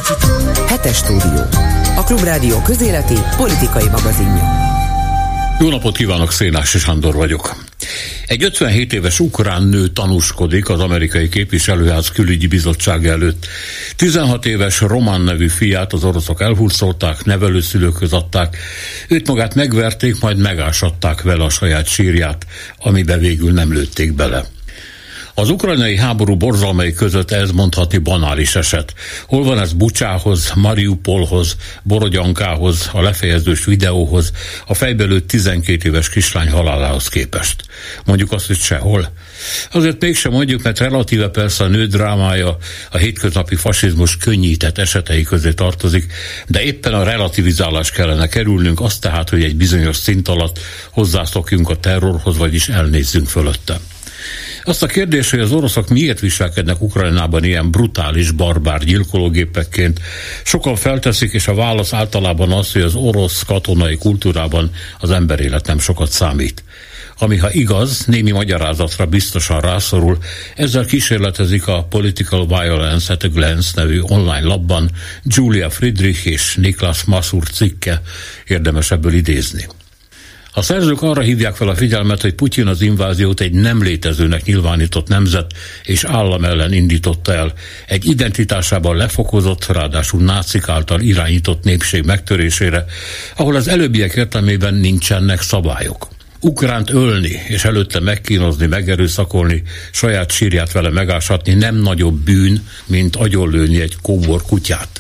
Hetes stúdió. A Klubrádió közéleti politikai magazinja. Jó napot kívánok, Szénási Sándor vagyok. Egy 57 éves ukrán nő tanúskodik az amerikai képviselőház külügyi bizottság előtt. 16 éves Roman nevű fiát az oroszok elhurcolták, nevelőszülőkhöz adták, őt magát megverték, majd megásatták vele a saját sírját, amiben végül nem lőtték bele. Az ukrajnai háború borzalmai között ez mondhatni banális eset. Hol van ez Bucsához, Mariupolhoz, Borodjankához, a lefejezős videóhoz, a fejbelőtt 12 éves kislány halálához képest? Mondjuk azt, hogy sehol. Azért mégsem mondjuk, mert relatíve persze a nő drámája a hétköznapi fasizmus könnyített esetei közé tartozik, de éppen a relativizálás kellene kerülnünk, azt tehát, hogy egy bizonyos szint alatt hozzászokjunk a terrorhoz, vagyis elnézzünk fölötte. Azt a kérdést, hogy az oroszok miért viselkednek Ukrajnában ilyen brutális, barbár gyilkológépekként, sokan felteszik, és a válasz általában az, hogy az orosz katonai kultúrában az emberélet nem sokat számít. Ami, ha igaz, némi magyarázatra biztosan rászorul, ezzel kísérletezik a Political Violence at a Glance nevű online labban Julia Friedrich és Niklas Masur cikke, érdemes ebből idézni. A szerzők arra hívják fel a figyelmet, hogy Putyin az inváziót egy nem létezőnek nyilvánított nemzet és állam ellen indította el, egy identitásában lefokozott, ráadásul nácik által irányított népség megtörésére, ahol az előbbiek értelmében nincsenek szabályok. Ukránt ölni és előtte megkínozni, megerőszakolni, saját sírját vele megásatni nem nagyobb bűn, mint agyonlőni egy kóbor kutyát.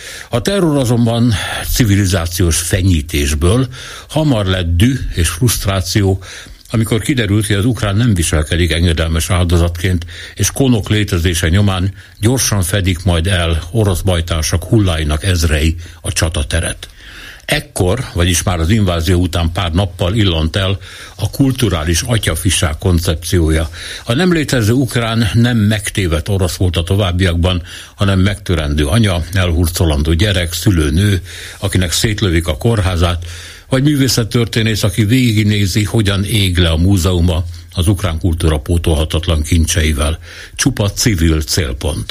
A terror azonban civilizációs fenyítésből hamar lett düh és frusztráció, amikor kiderült, hogy az ukrán nem viselkedik engedelmes áldozatként, és konok létezése nyomán gyorsan fedik majd el orosz bajtársak hulláinak ezrei a csatateret. Ekkor, vagyis már az invázió után pár nappal illant el a kulturális atyafiság koncepciója. A nem létező ukrán nem megtévedt orosz volt a továbbiakban, hanem megtörendő anya, elhurcolandó gyerek, szülőnő, akinek szétlövik a kórházát, vagy művészettörténész, aki végignézi, hogyan ég le a múzeuma az ukrán kultúra pótolhatatlan kincseivel. Csupa civil célpont.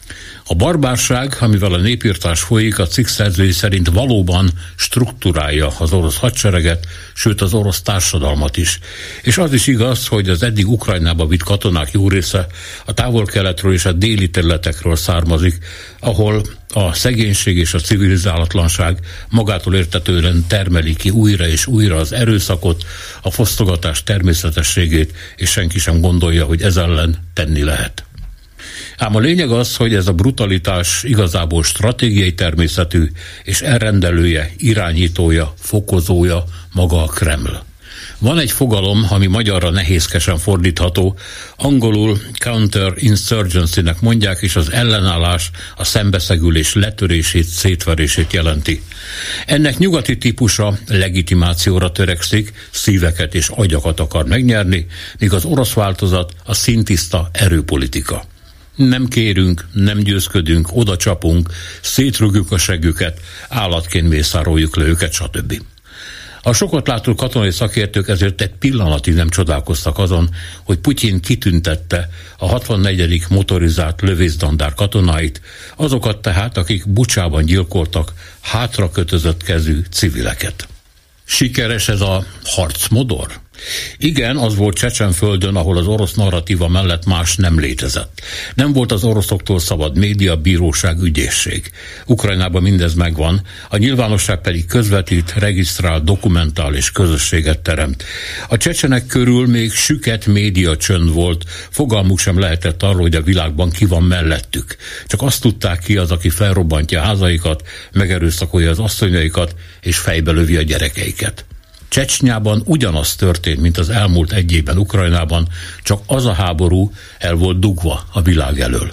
A barbárság, amivel a népirtás folyik, a cikk szerzői szerint valóban strukturálja az orosz hadsereget, sőt az orosz társadalmat is. És az is igaz, hogy az eddig Ukrajnába vitt katonák jó része a távol-keletről és a déli területekről származik, ahol a szegénység és a civilizálatlanság magától értetődően termeli ki újra és újra az erőszakot, a fosztogatás természetességét, és senki sem gondolja, hogy ez ellen tenni lehet. Ám a lényeg az, hogy ez a brutalitás igazából stratégiai természetű, és elrendelője, irányítója, fokozója maga a Kreml. Van egy fogalom, ami magyarra nehézkesen fordítható, angolul counterinsurgency-nek mondják, és az ellenállás, a szembeszegülés letörését, szétverését jelenti. Ennek nyugati típusa legitimációra törekszik, szíveket és agyakat akar megnyerni, míg az orosz változat a szintiszta erőpolitika. Nem kérünk, nem győzködünk, oda csapunk, szétrugjuk a seggüket, állatként mészároljuk le őket, stb. A sokat látó katonai szakértők ezért egy pillanatig nem csodálkoztak azon, hogy Putyin kitüntette a 64. motorizált lövésztandár katonáit, azokat tehát, akik Bucsában gyilkoltak hátra kötözött kezű civileket. Sikeres ez a harcmodor? Igen, az volt Csecsenföldön, ahol az orosz narratíva mellett más nem létezett. Nem volt az oroszoktól szabad média, bíróság, ügyészség. Ukrajnában mindez megvan, a nyilvánosság pedig közvetít, regisztrál, dokumentál és közösséget teremt. A csecsenek körül még süket média csönd volt, fogalmuk sem lehetett arról, hogy a világban ki van mellettük. Csak azt tudták ki az, aki felrobbantja házaikat, megerőszakolja az asszonyaikat és fejbelövi a gyerekeiket. Csecsnyában ugyanaz történt, mint az elmúlt egy évben Ukrajnában, csak az a háború el volt dugva a világ elől.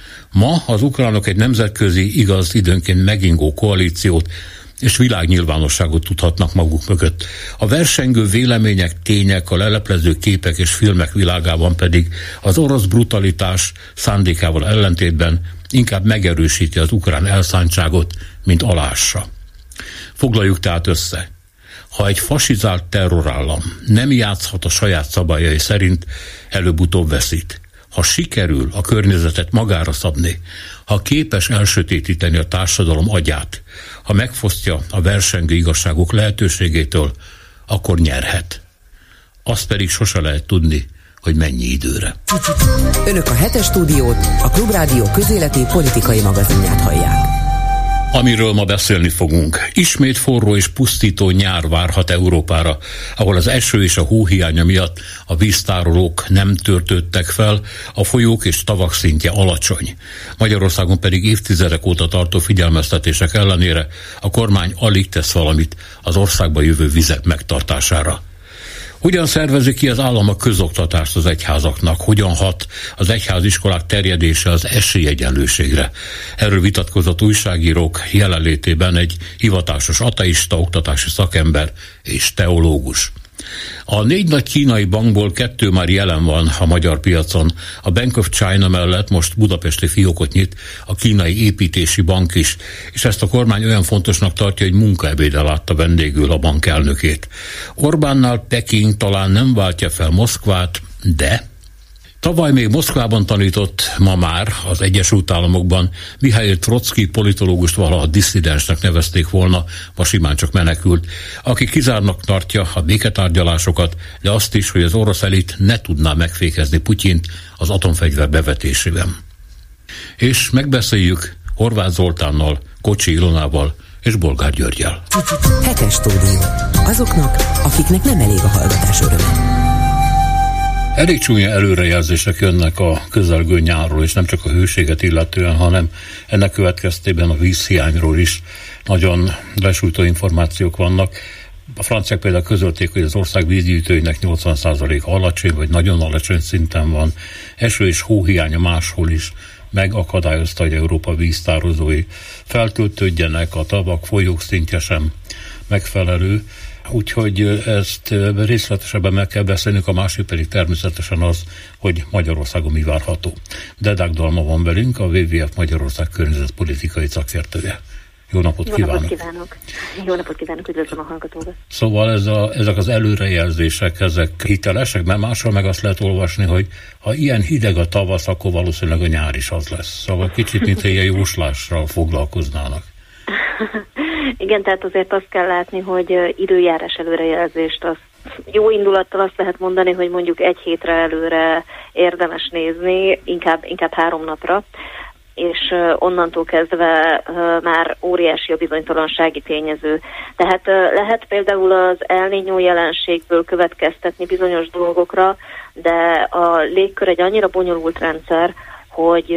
Ma az ukránok egy nemzetközi, igaz, időnként megingó koalíciót és világnyilvánosságot tudhatnak maguk mögött. A versengő vélemények, tények, a leleplező képek és filmek világában pedig az orosz brutalitás szándékával ellentétben inkább megerősíti az ukrán elszántságot, mint alássa. Foglaljuk tehát össze. Ha egy fasizált terrorállam nem játszhat a saját szabályai szerint, előbb-utóbb veszít. Ha sikerül a környezetet magára szabni, ha képes elsötétíteni a társadalom agyát, ha megfosztja a versengő igazságok lehetőségétől, akkor nyerhet. Azt pedig sose lehet tudni, hogy mennyi időre. Önök a Hetes Stúdiót, a Klubrádió közéleti politikai magazinját hallják. Amiről ma beszélni fogunk. Ismét forró és pusztító nyár várhat Európára, ahol az eső és a hóhiánya miatt a víztárolók nem töltődtek fel, a folyók és tavak szintje alacsony. Magyarországon pedig évtizedek óta tartó figyelmeztetések ellenére a kormány alig tesz valamit az országba jövő vizek megtartására. Hogyan szervezi ki az állam a közoktatást az egyházaknak? Hogyan hat az egyháziskolák terjedése az esélyegyenlőségre? Erről vitatkozott újságírók jelenlétében egy hivatásos ateista, oktatási szakember és teológus. A 4 nagy kínai bankból 2 már jelen van a magyar piacon. A Bank of China mellett most budapesti fiókot nyit a kínai építési bank is, és ezt a kormány olyan fontosnak tartja, hogy munkaebéddel látta vendégül a bank elnökét. Orbánnál Peking talán nem váltja fel Moszkvát, de tavaly még Moszkvában tanított, ma már az Egyesült Államokban Mihail Trocki politológust valaha disszidensnek nevezték volna, ma simán csak menekült, aki kizárnak tartja a béketárgyalásokat, de azt is, hogy az orosz elit ne tudná megfékezni Putyint az atomfegyver bevetésében. És megbeszéljük Horváth Zoltánnal, Kocsi Ilonával és Bolgár Györggyel. Hetes Stúdió. Azoknak, akiknek nem elég a hallgatás öröme. Elég csúnya előrejelzések jönnek a közelgő nyárról, és nem csak a hőséget illetően, hanem ennek következtében a vízhiányról is nagyon lesújtó információk vannak. A franciák például közölték, hogy az ország vízgyűjtőinek 80%-a alacsony, vagy nagyon alacsony szinten van. Eső és hóhiánya máshol is megakadályozta, hogy Európa víztározói feltöltődjenek, a tavak, folyók szintje sem megfelelő. Úgyhogy ezt részletesebben meg kell beszélnünk, a másik pedig természetesen az, hogy Magyarországon mi várható. Dedák Dalma van velünk, a WWF Magyarország környezetpolitikai szakértője. Jó napot kívánok! Jó napot kívánok, üdvözlöm a hallgatókat! Szóval ezek az előrejelzések, ezek hitelesek, mert máshol meg azt lehet olvasni, hogy ha ilyen hideg a tavasz, akkor valószínűleg a nyár is az lesz. Szóval kicsit, mint ilyen jóslással foglalkoznának. Igen, tehát azért azt kell látni, hogy időjárás előrejelzést, jó indulattal azt lehet mondani, hogy mondjuk 1 hétre előre érdemes nézni, inkább 3 napra, és onnantól kezdve már óriási a bizonytalansági tényező. Tehát lehet például az El Niño jelenségből következtetni bizonyos dolgokra, de a légkör egy annyira bonyolult rendszer, hogy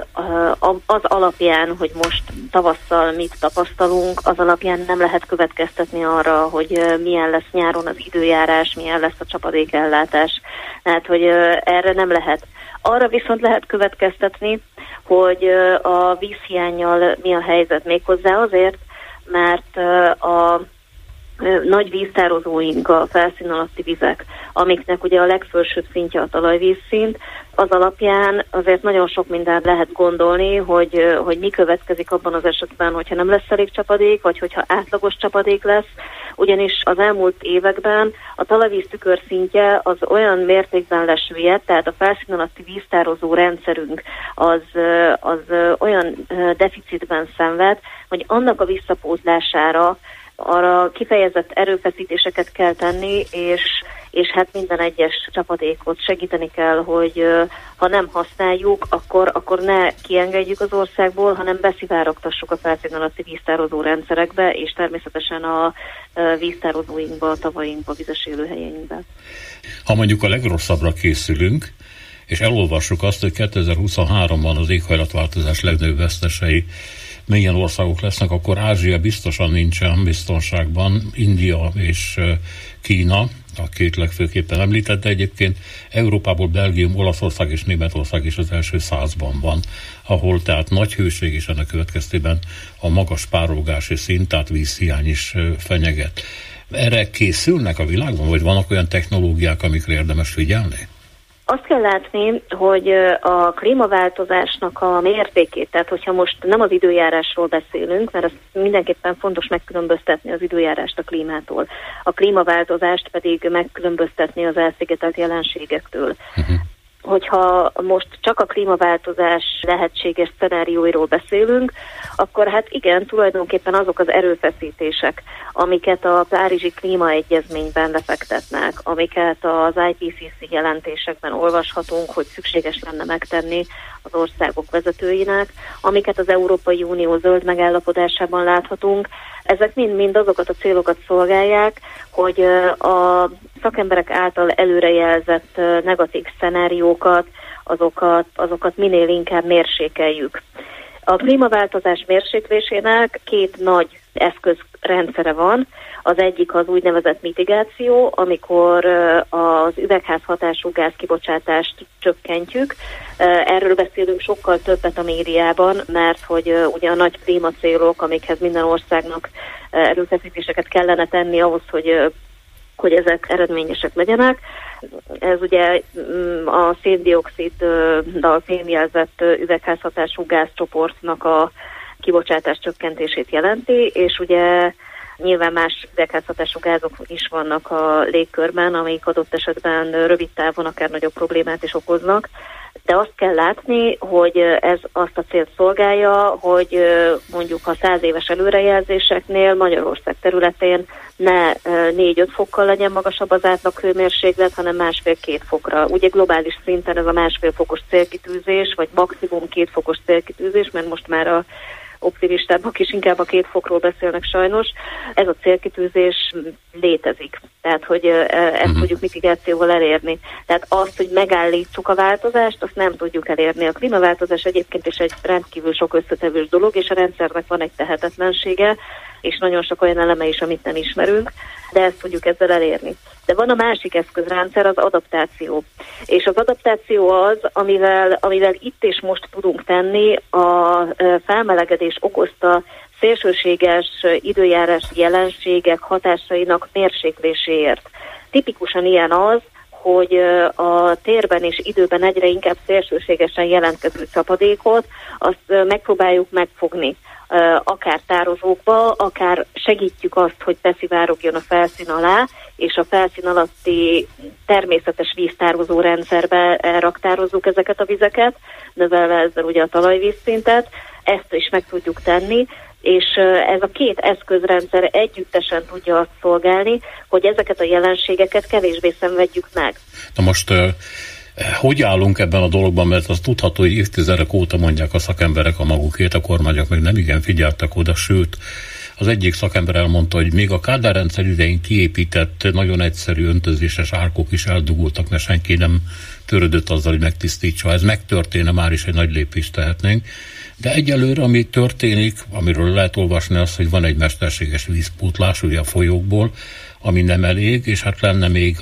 az alapján, hogy most tavasszal mit tapasztalunk, az alapján nem lehet következtetni arra, hogy milyen lesz nyáron az időjárás, milyen lesz a csapadékellátás. Tehát, hogy erre nem lehet. Arra viszont lehet következtetni, hogy a vízhiánnyal mi a helyzet, méghozzá azért, mert a nagy víztározóink, a felszín alatti vizek, amiknek ugye a legfelsőbb szintje a talajvízszint, az alapján azért nagyon sok mindent lehet gondolni, hogy mi következik abban az esetben, hogyha nem lesz elég csapadék, vagy hogyha átlagos csapadék lesz, ugyanis az elmúlt években a talajvíz tükörszintje az olyan mértékben lesüllyedt, tehát a felszín alatti víztározó rendszerünk az olyan deficitben szenved, hogy annak a visszapótlására arra kifejezett erőfeszítéseket kell tenni, és hát minden egyes csapadékot segíteni kell, hogy ha nem használjuk, akkor ne kiengedjük az országból, hanem beszivárogtassuk a felszín alatti víztározó rendszerekbe, és természetesen a víztározóinkba, a tavainkba, vizes élőhelyeinkbe. Ha mondjuk a legrosszabbra készülünk, és elolvassuk azt, hogy 2023-ban az éghajlatváltozás legnagyobb vesztesei milyen országok lesznek, akkor Ázsia biztosan nincsen biztonságban, India és Kína, a 2 legfőképpen említett, de egyébként Európából Belgium, Olaszország és Németország is az első 100-ban van, ahol tehát nagy hőség és ennek következtében a magas párolgási szint, tehát vízhiány is fenyeget. Erre készülnek a világban, vagy vannak olyan technológiák, amikre érdemes figyelni? Azt kell látni, hogy a klímaváltozásnak a mértékét, tehát hogyha most nem az időjárásról beszélünk, mert azt mindenképpen fontos megkülönböztetni az időjárást a klímától, a klímaváltozást pedig megkülönböztetni az elszigetelt jelenségektől. hogyha most csak a klímaváltozás lehetséges szenárióiról beszélünk, akkor hát igen, tulajdonképpen azok az erőfeszítések, amiket a Párizsi Klímaegyezményben lefektetnek, amiket az IPCC jelentésekben olvashatunk, hogy szükséges lenne megtenni az országok vezetőinek, amiket az Európai Unió zöld megállapodásában láthatunk, ezek mind azokat a célokat szolgálják, hogy a szakemberek által előrejelzett negatív szenáriókat, azokat minél inkább mérsékeljük. A klímaváltozás mérséklésének két nagy eszközrendszere van. Az egyik az úgynevezett mitigáció, amikor az üvegházhatású gázkibocsátást csökkentjük. Erről beszélünk sokkal többet a médiában, mert hogy ugye a nagy klímacélok, amikhez minden országnak erőfeszítéseket kellene tenni ahhoz, hogy ezek eredményesek legyenek. Ez ugye a szén-dioxiddal fémjelzett üvegházhatású gázcsoportnak a kibocsátás csökkentését jelenti, és ugye nyilván más üvegházhatású gázok is vannak a légkörben, amik adott esetben rövid távon akár nagyobb problémát is okoznak. De azt kell látni, hogy ez azt a célt szolgálja, hogy mondjuk a 100 éves előrejelzéseknél Magyarország területén ne 4-5 fokkal legyen magasabb az átlag hőmérséklet, hanem 1,5-2 fokra. Ugye globális szinten ez a 1,5 fokos célkitűzés, vagy maximum 2 fokos célkitűzés, mert most már a optimistábbak is inkább a 2 fokról beszélnek sajnos. Ez a célkitűzés létezik. Tehát, hogy ezt tudjuk mitigációval elérni. Tehát azt, hogy megállítsuk a változást, azt nem tudjuk elérni. A klímaváltozás egyébként is egy rendkívül sok összetevős dolog, és a rendszernek van egy tehetetlensége, és nagyon sok olyan eleme is, amit nem ismerünk, de ezt tudjuk ezzel elérni. De van a másik eszközrendszer, az adaptáció. És az adaptáció az, amivel itt és most tudunk tenni a felmelegedés okozta szélsőséges időjárási jelenségek hatásainak mérsékléséért. Tipikusan ilyen az, hogy a térben és időben egyre inkább szélsőségesen jelentkező csapadékot, azt megpróbáljuk megfogni. Akár tározókba, akár segítjük azt, hogy beszivárogjon a felszín alá, és a felszín alatti természetes víztározó rendszerbe raktározzuk ezeket a vizeket, növelve ezzel ugye a talajvízszintet. Ezt is meg tudjuk tenni, és ez a két eszközrendszer együttesen tudja azt szolgálni, hogy ezeket a jelenségeket kevésbé szenvedjük meg. Na most hogy állunk ebben a dologban, mert az tudható, hogy évtizedek óta mondják a szakemberek a magukét, a kormányok meg nem igen figyeltek oda, sőt, az egyik szakember elmondta, hogy még a Kádár rendszer idején kiépített, nagyon egyszerű öntözéses árkok is eldugultak, mert senki nem törődött azzal, hogy megtisztítsa. Ha ez megtörténne, már is egy nagy lépést tehetnénk. De egyelőre, ami történik, amiről lehet olvasni, az, hogy van egy mesterséges vízpótlás ugye a folyókból, ami nem elég, és hát lenne még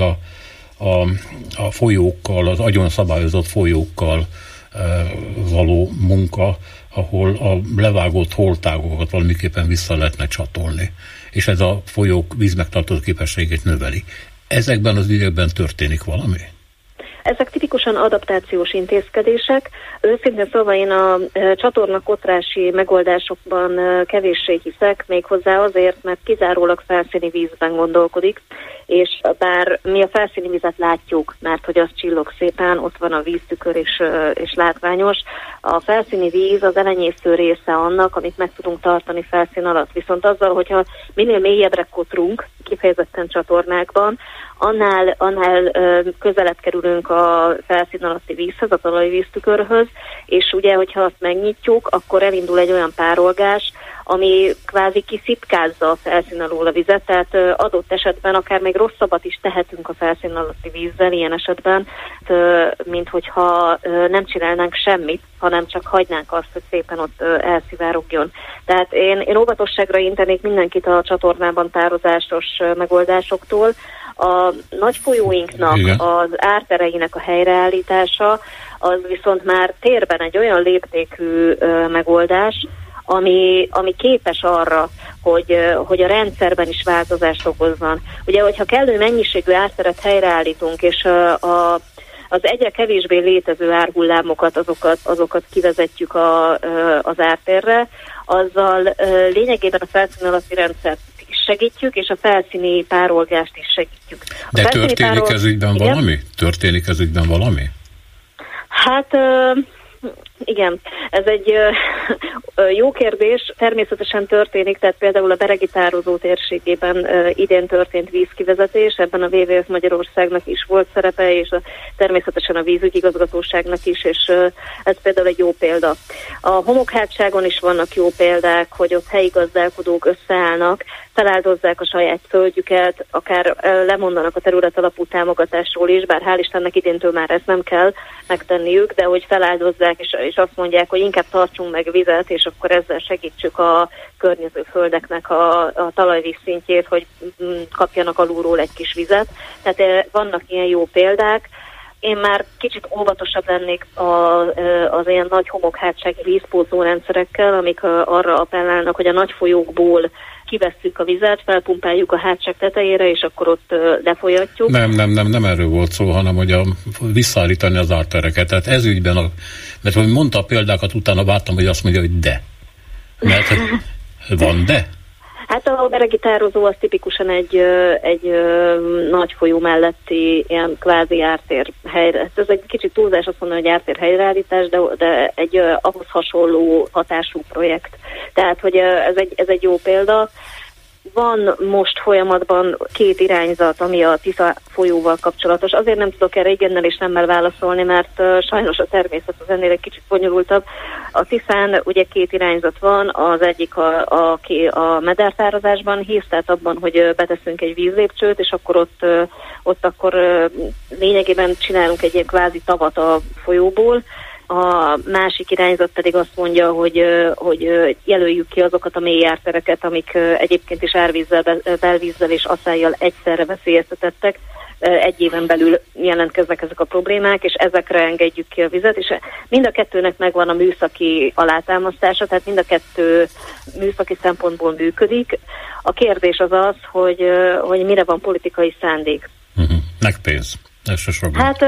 a folyókkal, az agyon szabályozott folyókkal való munka, ahol a levágott holtágokat valamiképpen vissza lehetne csatolni. És ez a folyók vízmegtartó képességét növeli. Ezekben az ügyekben történik valami? Ezek tipikusan adaptációs intézkedések. Őszintén szólva én a csatornakotrási megoldásokban kevéssé hiszek, méghozzá azért, mert kizárólag felszíni vízben gondolkodik, és bár mi a felszíni vizet látjuk, mert hogy az csillog szépen, ott van a víztükör és látványos, a felszíni víz az elenyésző része annak, amit meg tudunk tartani felszín alatt. Viszont azzal, hogyha minél mélyebbre kotrunk, kifejezetten csatornákban, annál közelebb kerülünk a felszín alatti vízhez, a talajvíztükörhöz, és ugye, hogyha azt megnyitjuk, akkor elindul egy olyan párolgás, ami kvázi kiszitkázza a felszín alól a vizet, tehát adott esetben akár még rosszabbat is tehetünk a felszín alatti vízzel, ilyen esetben, mint hogyha nem csinálnánk semmit, hanem csak hagynánk azt, hogy szépen ott elszivárogjon. Tehát én óvatosságra intenék mindenkit a csatornában tározásos megoldásoktól. A nagy folyóinknak, az ártereinek a helyreállítása, az viszont már térben egy olyan léptékű megoldás, ami képes arra, hogy a rendszerben is változást okozzon. Ugye, hogyha kellő mennyiségű árteret helyreállítunk, és az egyre kevésbé létező árhullámokat, azokat kivezetjük az ártérre, azzal lényegében a felszín alatti rendszert segítjük, és a felszíni párolgást is segítjük. De történik ez ügyben valami? Történik ez ügyben valami? Hát igen, ez egy jó kérdés. Természetesen történik, tehát például a beregi tározó térségében idén történt vízkivezetés, ebben a WWF Magyarországnak is volt szerepe, és természetesen a vízügyigazgatóságnak is, és ez például egy jó példa. A homokhátságon is vannak jó példák, hogy ott helyi gazdálkodók összeállnak, feláldozzák a saját földjüket, akár lemondanak a terület alapú támogatásról is, bár hál' Istennek idéntől már ezt nem kell megtenniük, de hogy feláldozzák, és azt mondják, hogy inkább tartsunk meg vizet, és akkor ezzel segítsük a környező földeknek a talajvíz szintjét, hogy kapjanak alulról egy kis vizet. Tehát vannak ilyen jó példák. Én már kicsit óvatosabb lennék az ilyen nagy homokhátsági vízpózó rendszerekkel, amik arra appellálnak, hogy a nagy folyókból kivesszük a vizet, felpumpáljuk a hátság tetejére, és akkor ott lefolyatjuk. Nem erről volt szó, hanem hogy visszaállítani az ártereket. Tehát ez ügyben, mert hogy mondta a példákat, utána vártam, hogy azt mondja, hogy de. Mert van de? Hát a beregi tározó az tipikusan egy nagy folyó melletti ilyen kvázi ártér helyre. Ez egy kicsit túlzás azt mondani, hogy ártér helyreállítás, de egy ahhoz hasonló hatású projekt. Tehát, hogy ez egy jó példa. Van most folyamatban 2 irányzat, ami a Tisza folyóval kapcsolatos. Azért nem tudok erre igennel és nemmel válaszolni, mert sajnos a természet az ennél egy kicsit bonyolultabb. A Tiszán ugye 2 irányzat van, az egyik a medertárazásban hisz, tehát abban, hogy beteszünk egy vízlépcsőt, és akkor ott akkor lényegében csinálunk egy ilyen kvázi tavat a folyóból. A másik irányzat pedig azt mondja, hogy jelöljük ki azokat a mély ártereket, amik egyébként is árvízzel, belvízzel és asszállyal egyszerre veszélyeztetettek. Egy éven belül jelentkeznek ezek a problémák, és ezekre engedjük ki a vizet, és mind a kettőnek megvan a műszaki alátámasztása, tehát mind a kettő műszaki szempontból működik. A kérdés az, hogy mire van politikai szándék. Meg pénz. Hát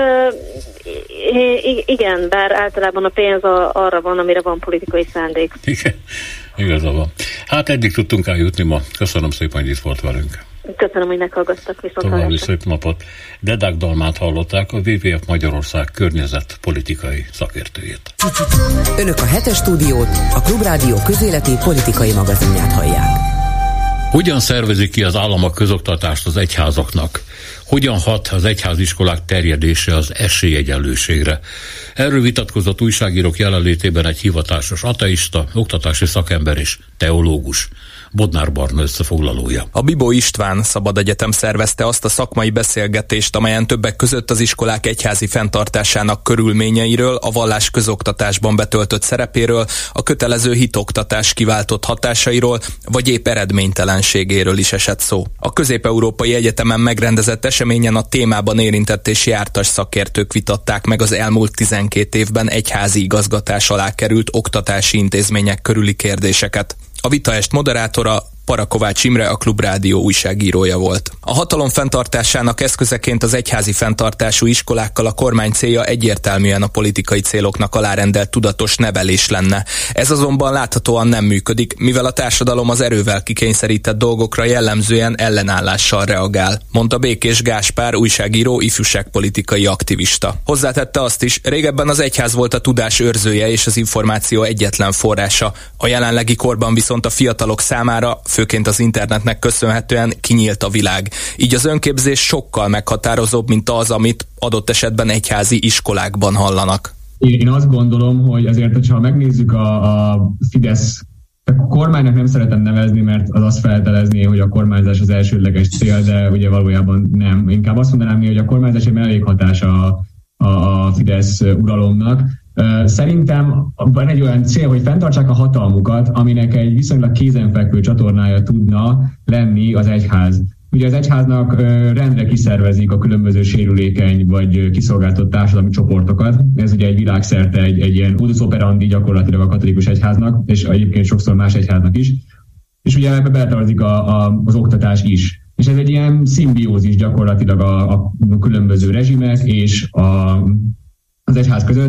igen, bár általában a pénz arra van, amire van politikai szándék. Igen, igaza van. Hát eddig tudtunk eljutni ma. Köszönöm szépen, hogy itt volt velünk. Köszönöm, hogy meghallgattak. További szép napot. Dedák Dalmát hallották, a WWF Magyarország környezetpolitikai szakértőjét. Önök a Hetes Stúdiót, a Klubrádió közéleti politikai magazinját hallják. Hogyan szervezik ki az állam a közoktatást az egyházaknak? Hogyan hat az egyháziskolák terjedése az esélyegyenlőségre? Erről vitatkozott újságírók jelenlétében egy hivatásos ateista, oktatási szakember és teológus. Bodnár Barna összefoglalója. A Bibó István Szabad Egyetem szervezte azt a szakmai beszélgetést, amelyen többek között az iskolák egyházi fenntartásának körülményeiről, a vallás közoktatásban betöltött szerepéről, a kötelező hitoktatás kiváltott hatásairól, vagy épp eredménytelenségéről is esett szó. A Közép-Európai Egyetemen megrendezett eseményen a témában érintett és jártas szakértők vitatták meg az elmúlt 12 évben egyházi igazgatás alá került oktatási intézmények körüli kérdéseket. A vitaest moderátora Parakovács Imre, a Klubrádió újságírója volt. A hatalom fenntartásának eszközeként az egyházi fenntartású iskolákkal a kormány célja egyértelműen a politikai céloknak alárendelt tudatos nevelés lenne. Ez azonban láthatóan nem működik, mivel a társadalom az erővel kikényszerített dolgokra jellemzően ellenállással reagál, mondta Békés Gáspár, újságíró, ifjúságpolitikai aktivista. Hozzátette azt is, régebben az egyház volt a tudás őrzője és az információ egyetlen forrása. A jelenlegi korban viszont a fiatalok számára, főként az internetnek köszönhetően kinyílt a világ. Így az önképzés sokkal meghatározóbb, mint az, amit adott esetben egyházi iskolákban hallanak. Én azt gondolom, hogy azért, hogyha megnézzük a Fidesz, a kormánynak nem szeretem nevezni, mert az azt feltelezné, hogy a kormányzás az elsődleges cél, de ugye valójában nem. Inkább azt mondanám, hogy a kormányzás egy mellékhatása a Fidesz uralomnak. Szerintem van egy olyan cél, hogy fenntartsák a hatalmukat, aminek egy viszonylag kézenfekvő csatornája tudna lenni az egyház. Ugye az egyháznak rendre kiszervezik a különböző sérülékeny vagy kiszolgáltatott társadalmi csoportokat. Ez ugye egy világszerte egy ilyen modus operandi gyakorlatilag a katolikus egyháznak, és egyébként sokszor más egyháznak is. És ugye ebbe beletartozik az oktatás is. És ez egy ilyen szimbiózis gyakorlatilag a különböző rezsimek és az egyház között.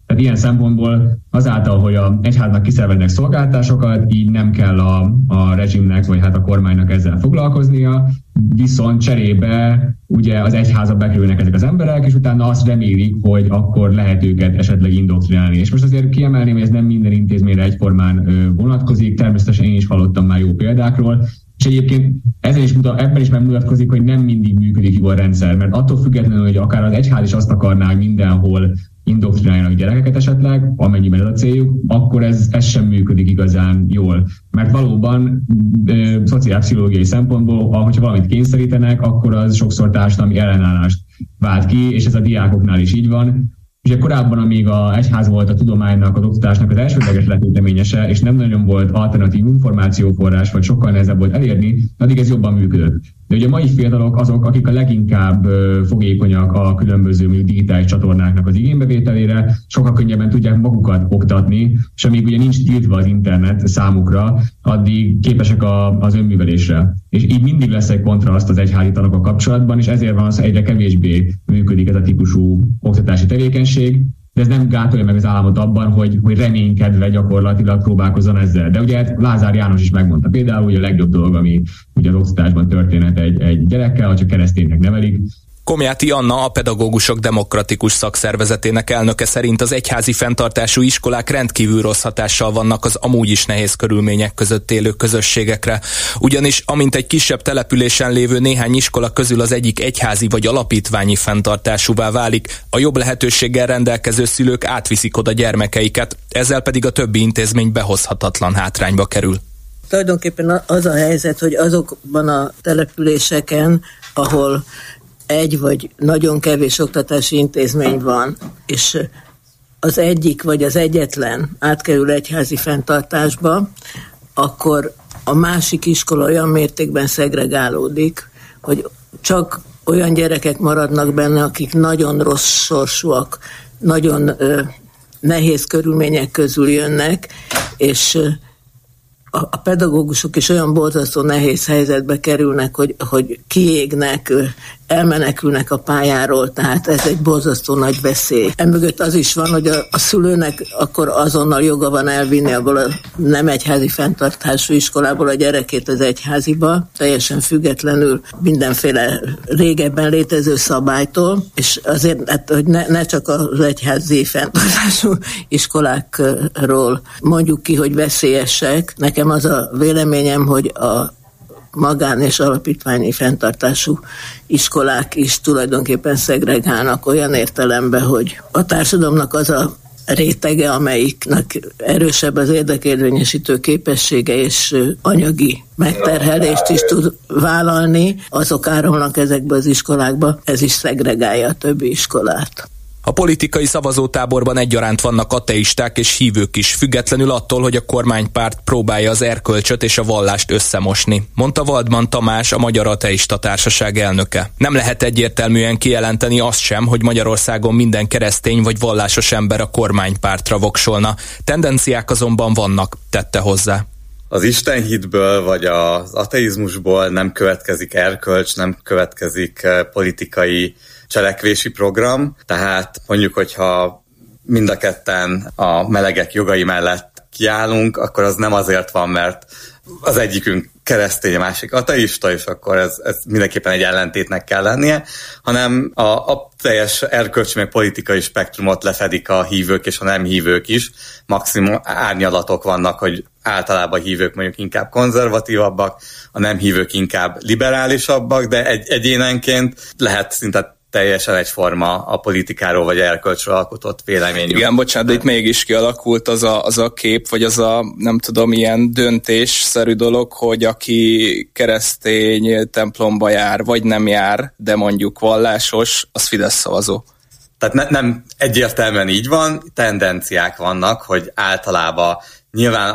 Tehát ilyen szempontból azáltal, hogy az egyháznak kiszerveznek szolgáltásokat, így nem kell a rezsimnek, vagy hát a kormánynak ezzel foglalkoznia, viszont cserébe ugye az egyházba bekerülnek ezek az emberek, és utána azt remélik, hogy akkor lehet őket esetleg indoktrinálni. És most azért kiemelném, hogy ez nem minden intézményre egyformán vonatkozik, természetesen én is hallottam már jó példákról, és egyébként ebben is megmutatkozik, hogy nem mindig működik jól a rendszer, mert attól függetlenül, hogy akár az egyház is azt akarná, hogy mindenhol indoktrináljanak gyerekeket esetleg, amennyiben ez a céljuk, akkor ez sem működik igazán jól. Mert valóban szociálpszichológiai szempontból, ahogyha valamit kényszerítenek, akkor az sokszor társadalmi ellenállást vált ki, és ez a diákoknál is így van. Ugye korábban, amíg az egyház volt a tudománynak, az oktatásnak az elsődleges letéteményese, és nem nagyon volt alternatív információforrás, vagy sokkal nehezebb volt elérni, addig ez jobban működött. De ugye a mai fiatalok azok, akik a leginkább fogékonyak a különböző digitális csatornáknak az igénybevételére, sokkal könnyebben tudják magukat oktatni, és amíg ugye nincs tiltva az internet számukra, addig képesek az önművelésre. És így mindig lesz egy kontraszt az egyházi tanokkal kapcsolatban, és ezért van az, hogy egyre kevésbé működik ez a típusú oktatási tevékenység, de ez nem gátolja meg az államot abban, hogy reménykedve gyakorlatilag próbálkozzon ezzel. De ugye Lázár János is megmondta például, hogy a legjobb dolog, ami ugye az oktatásban történhet egy gyerekkel, hogyha kereszténynek nevelik. Komjáti Anna, a Pedagógusok Demokratikus Szakszervezetének elnöke szerint az egyházi fenntartású iskolák rendkívül rossz hatással vannak az amúgy is nehéz körülmények között élő közösségekre. Ugyanis amint egy kisebb településen lévő néhány iskola közül az egyik egyházi vagy alapítványi fenntartásúvá válik, a jobb lehetőséggel rendelkező szülők átviszik oda gyermekeiket, ezzel pedig a többi intézmény behozhatatlan hátrányba kerül. Tulajdonképpen az a helyzet, hogy azokban a településeken, ahol egy vagy nagyon kevés oktatási intézmény van, és az egyik vagy az egyetlen átkerül egyházi fenntartásba, akkor a másik iskola olyan mértékben szegregálódik, hogy csak olyan gyerekek maradnak benne, akik nagyon rossz sorsúak, nagyon nehéz körülmények közül jönnek, és a pedagógusok is olyan borzasztó nehéz helyzetbe kerülnek, hogy kiégnek, elmenekülnek a pályáról, tehát ez egy borzasztó nagy veszély. Emögött az is van, hogy a szülőnek akkor azonnal joga van elvinni abból a nem egyházi fenntartású iskolából a gyerekét az egyháziba, teljesen függetlenül mindenféle régebben létező szabálytól, és azért, hát, hogy ne csak az egyházi fenntartású iskolákról mondjuk ki, hogy veszélyesek. Nekem az a véleményem, hogy a magán- és alapítványi fenntartású iskolák is tulajdonképpen szegregálnak olyan értelemben, hogy a társadalomnak az a rétege, amelyiknek erősebb az érdekérvényesítő képessége és anyagi megterhelést is tud vállalni, azok áramlanak ezekbe az iskolákba, ez is szegregálja a többi iskolát. A politikai szavazótáborban egyaránt vannak ateisták és hívők is, függetlenül attól, hogy a kormánypárt próbálja az erkölcsöt és a vallást összemosni, mondta Waldman Tamás, a Magyar Ateista Társaság elnöke. Nem lehet egyértelműen kijelenteni azt sem, hogy Magyarországon minden keresztény vagy vallásos ember a kormánypártra voksolna. Tendenciák azonban vannak, tette hozzá. Az istenhitből vagy az ateizmusból nem következik erkölcs, nem következik politikai cselekvési program, tehát mondjuk, hogyha mind a ketten a melegek jogai mellett kiállunk, akkor az nem azért van, mert az egyikünk keresztény, a másik ateista, és akkor ez mindenképpen egy ellentétnek kell lennie, hanem a teljes erkölcsi meg politikai spektrumot lefedik a hívők és a nem hívők is. Maximum árnyalatok vannak, hogy általában a hívők mondjuk inkább konzervatívabbak, a nem hívők inkább liberálisabbak, de egyénenként lehet szinte teljesen egyforma a politikáról vagy erkölcsről alkotott véleményünk. Igen, bocsánat, de itt mégis kialakult az a kép, vagy az a, nem tudom, ilyen döntésszerű dolog, hogy aki keresztény templomba jár, vagy nem jár, de mondjuk vallásos, az Fidesz szavazó. Tehát nem egyértelműen így van, tendenciák vannak, hogy általában nyilván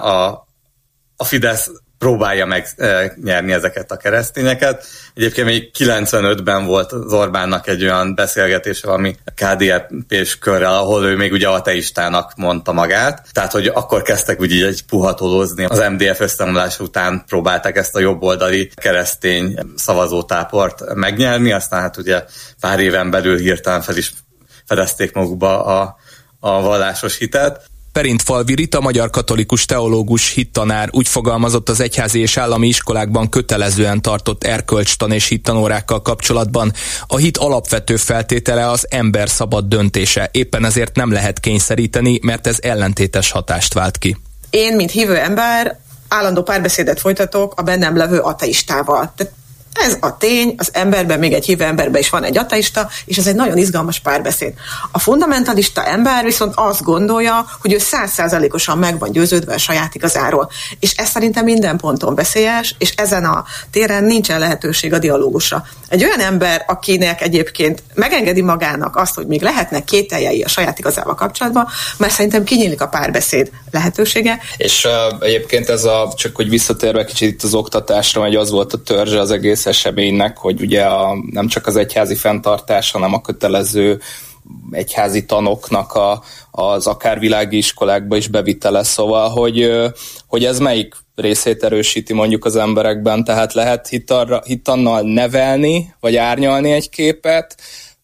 a Fidesz próbálja megnyerni ezeket a keresztényeket. Egyébként még 95-ben volt az Orbánnak egy olyan beszélgetése, ami KDNP-s körrel, ahol ő még ugye ateistának mondta magát. Tehát, hogy akkor kezdtek ugye egy puhatolózni. Az MDF összeomlása után próbálták ezt a jobboldali keresztény szavazótábort megnyerni, aztán hát ugye pár éven belül hirtelen fel is fedezték magukba a vallásos hitet. Perintfalvi Rita, magyar katolikus teológus, hittanár úgy fogalmazott az egyházi és állami iskolákban kötelezően tartott erkölcstan és hittanórákkal kapcsolatban: a hit alapvető feltétele az ember szabad döntése, éppen ezért nem lehet kényszeríteni, mert ez ellentétes hatást vált ki. Én, mint hívő ember, állandó párbeszédet folytatok a bennem levő ateistával. Tehát ez a tény, az emberben, még egy hívő emberben is van egy ateista, és ez egy nagyon izgalmas párbeszéd. A fundamentalista ember viszont azt gondolja, hogy ő 100%-osan meg van győződve a saját igazáról. És ez szerintem minden ponton veszélyes, és ezen a téren nincsen lehetőség a dialógusra. Egy olyan ember, akinek egyébként megengedi magának azt, hogy még lehetnek kételjei a saját igazával kapcsolatban, mert szerintem kinyílik a párbeszéd lehetősége. És egyébként ez csak hogy visszatérve kicsit itt az oktatásra, hogy az volt a törzse az egész eseménynek, hogy ugye nem csak az egyházi fenntartás, hanem a kötelező egyházi tanoknak az akár világi iskolákba is bevitele, szóval, hogy ez melyik részét erősíti mondjuk az emberekben, tehát lehet hitannal nevelni, vagy árnyalni egy képet,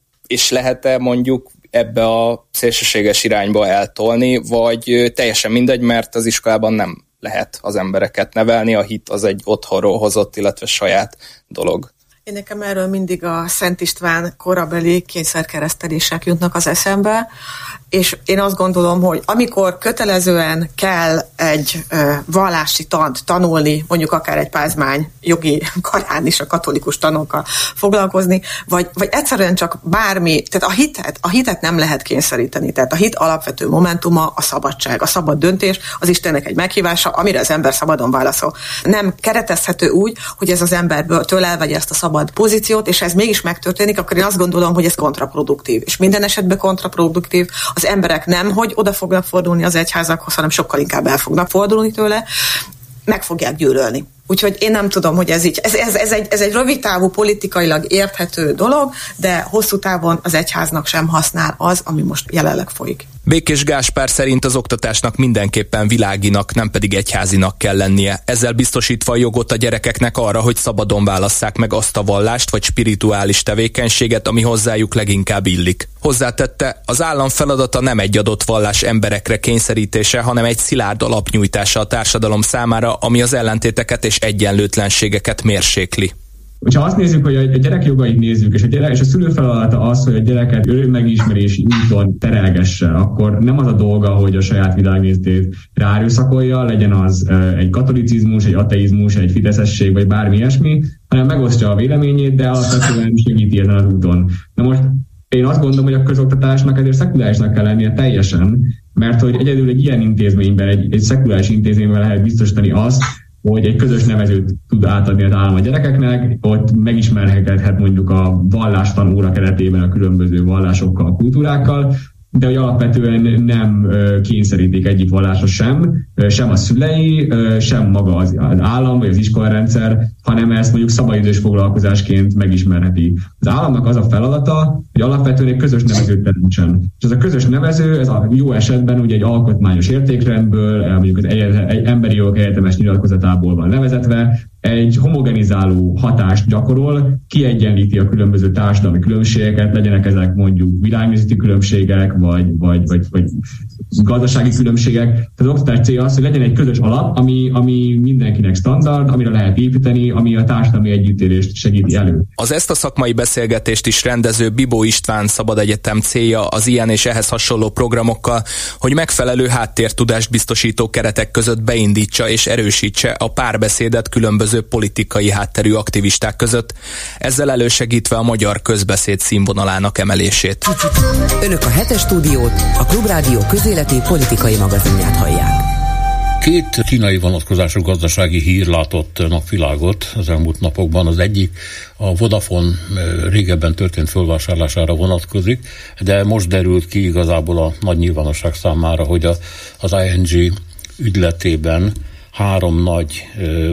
és lehet-e mondjuk ebbe a szélsőséges irányba eltolni, vagy teljesen mindegy, mert az iskolában nem lehet az embereket nevelni, a hit az egy otthonról hozott, illetve saját dolog. Én nekem erről mindig a Szent István korabeli kényszerkeresztelések jutnak az eszembe, és én azt gondolom, hogy amikor kötelezően kell egy vallási tant tanulni, mondjuk akár egy pázmány jogi karán is a katolikus tanokkal foglalkozni, vagy egyszerűen csak bármi, tehát a hitet nem lehet kényszeríteni, tehát a hit alapvető momentuma a szabadság, a szabad döntés, az Istennek egy meghívása, amire az ember szabadon válaszol. Nem keretezhető úgy, hogy ez az emberből elvegye ezt a szabad pozíciót, és ez mégis megtörténik, akkor én azt gondolom, hogy ez kontraproduktív. És minden esetben kontraproduktív. Az emberek nem, hogy oda fognak fordulni az egyházakhoz, hanem sokkal inkább el fognak fordulni tőle, meg fogják gyűlölni. Úgyhogy én nem tudom, hogy ez így. Ez egy rövid távú, politikailag érthető dolog, de hosszú távon az egyháznak sem használ az, ami most jelenleg folyik. Békés Gáspár szerint az oktatásnak mindenképpen világinak, nem pedig egyházinak kell lennie. Ezzel biztosítva a jogot a gyerekeknek arra, hogy szabadon válasszák meg azt a vallást vagy spirituális tevékenységet, ami hozzájuk leginkább illik. Hozzátette, az állam feladata nem egy adott vallás emberekre kényszerítése, hanem egy szilárd alapnyújtása a társadalom számára, ami az ellentéteket és egyenlőtlenségeket mérsékli. Ha azt nézzük, hogy a gyerek jogait nézzük, és a szülő feladata az, hogy a gyereket önmegismerési úton terelgesse, akkor nem az a dolga, hogy a saját világnézetét ráerőszakolja, legyen az egy katolicizmus, egy ateizmus, egy fideszesség, vagy bármi ilyesmi, hanem megosztja a véleményét, de alapvetően segíti ezen az úton. Na most én azt gondolom, hogy a közoktatásnak ezért szekulárisnak kell lennie teljesen, mert hogy egyedül egy ilyen intézményben, egy szekuláris intézményben lehet biztosítani azt, hogy egy közös nevezőt tud átadni az állam a gyerekeknek, ott megismerhethet mondjuk a vallástan óra keretében a különböző vallásokkal, kultúrákkal, de hogy alapvetően nem kényszerítik egyik vallásra sem a szülei, sem maga az állam vagy az iskolarendszer, hanem ezt mondjuk szabadidős foglalkozásként megismerheti. Az államnak az a feladata, hogy alapvetően egy közös nevezőt teremtsen. És ez a közös nevező, ez a jó esetben ugye egy alkotmányos értékrendből, mondjuk az egy emberi jogok egyetemes nyilatkozatából van levezetve, egy homogenizáló hatást gyakorol, kiegyenlíti a különböző társadalmi különbségeket, legyenek ezek mondjuk világnézeti különbségek, vagy gazdasági különbségek. Tehát az oktatás célja az, hogy legyen egy közös alap, ami mindenkinek standard, amire lehet építeni, ami a társadalmi együttélést segíti elő. Az ezt a szakmai beszélgetést is rendező Bibó István Szabad Egyetem célja az ilyen és ehhez hasonló programokkal, hogy megfelelő háttértudást biztosító keretek között beindítsa és erősítse a párbeszédet különböző politikai hátterű aktivisták között, ezzel elősegítve a magyar közbeszéd színvonalának emelését. Önök a Hetes Stúdiót, a Klubrádió közéleti politikai magazinját hallják. Két kínai vonatkozású gazdasági hír látott napvilágot az elmúlt napokban. Az egyik a Vodafone régebben történt fölvásárlására vonatkozik, de most derült ki igazából a nagy nyilvánosság számára, hogy az ING ügyletében 3 nagy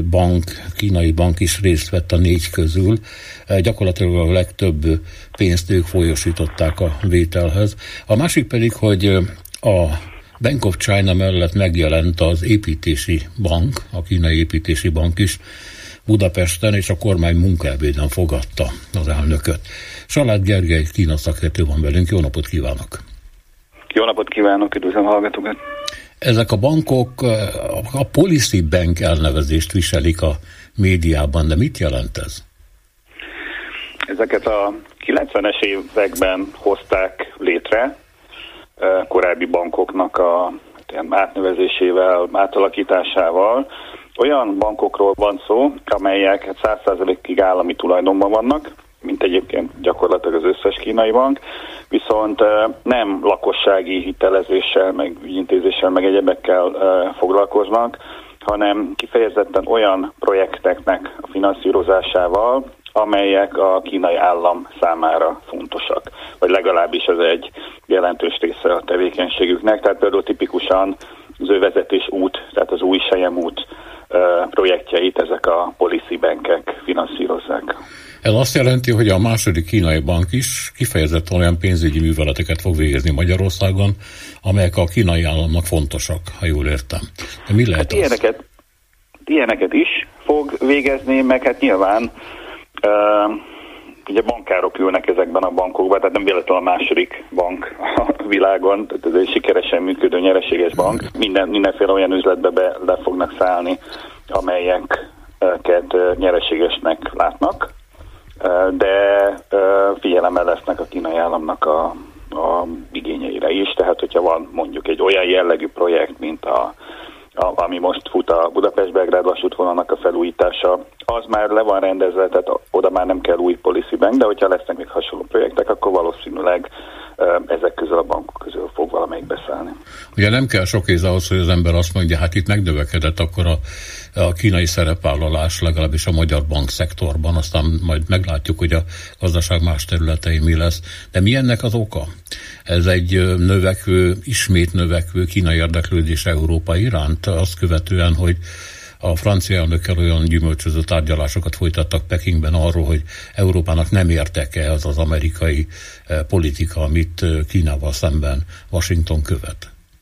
kínai bank is részt vett a 4 közül. Gyakorlatilag a legtöbb pénzt ők folyosították a vételhez. A másik pedig, hogy a Bank of China mellett megjelent az építési bank, a kínai építési bank is Budapesten, és a kormány munkaebéden fogadta az elnököt. Salád Gergely Kína szakértő van velünk, jó napot kívánok! Jó napot kívánok, üdvözlöm a hallgatókat! Ezek a bankok a Policy Bank elnevezést viselik a médiában, de mit jelent ez? Ezeket a 90-es években hozták létre korábbi bankoknak a átnevezésével, átalakításával. Olyan bankokról van szó, amelyek 100%-ig állami tulajdonban vannak, mint egyébként gyakorlatilag az összes kínai bank, viszont nem lakossági hitelezéssel, meg ügyintézéssel, meg egyebekkel foglalkoznak, hanem kifejezetten olyan projekteknek a finanszírozásával, amelyek a kínai állam számára fontosak, vagy legalábbis ez egy jelentős része a tevékenységüknek, tehát például tipikusan az övezetés út, tehát az új Sejem út projektjeit ezek a policy bankek finanszírozzák. Ez azt jelenti, hogy a második kínai bank is kifejezetten olyan pénzügyi műveleteket fog végezni Magyarországon, amelyek a kínai államnak fontosak, ha jól értem. De mi lehet az? Ilyeneket is fog végezni, meg hát nyilván ugye bankárok ülnek ezekben a bankokban, tehát nem véletlenül a második bank a világon, tehát ez egy sikeresen működő nyereséges bank. Mindenféle olyan üzletbe le fognak szállni, amelyeket nyereségesnek látnak, de figyelemmel lesznek a kínai államnak a igényeire is, tehát hogyha van mondjuk egy olyan jellegű projekt, mint ami most fut a Budapest-Belgrád vasútvonalnak a felújítása, az már le van rendezve, tehát oda már nem kell új policy bank, de hogyha lesznek még hasonló projektek, akkor valószínűleg ezek közül a bankok közül fog valamelyik beszállni. Ugye nem kell sok ész ahhoz, hogy az ember azt mondja, hát itt megnövekedett akkor a kínai szerepvállalás, legalábbis a magyar bankszektorban, aztán majd meglátjuk, hogy a gazdaság más területein mi lesz. De mi ennek az oka? Ez egy ismét növekvő kínai érdeklődés Európa iránt, azt követően, hogy a francia elnökkel olyan gyümölcsöző tárgyalásokat folytattak Pekingben arról, hogy Európának nem értek-e az amerikai politika, amit Kínával szemben Washington követ.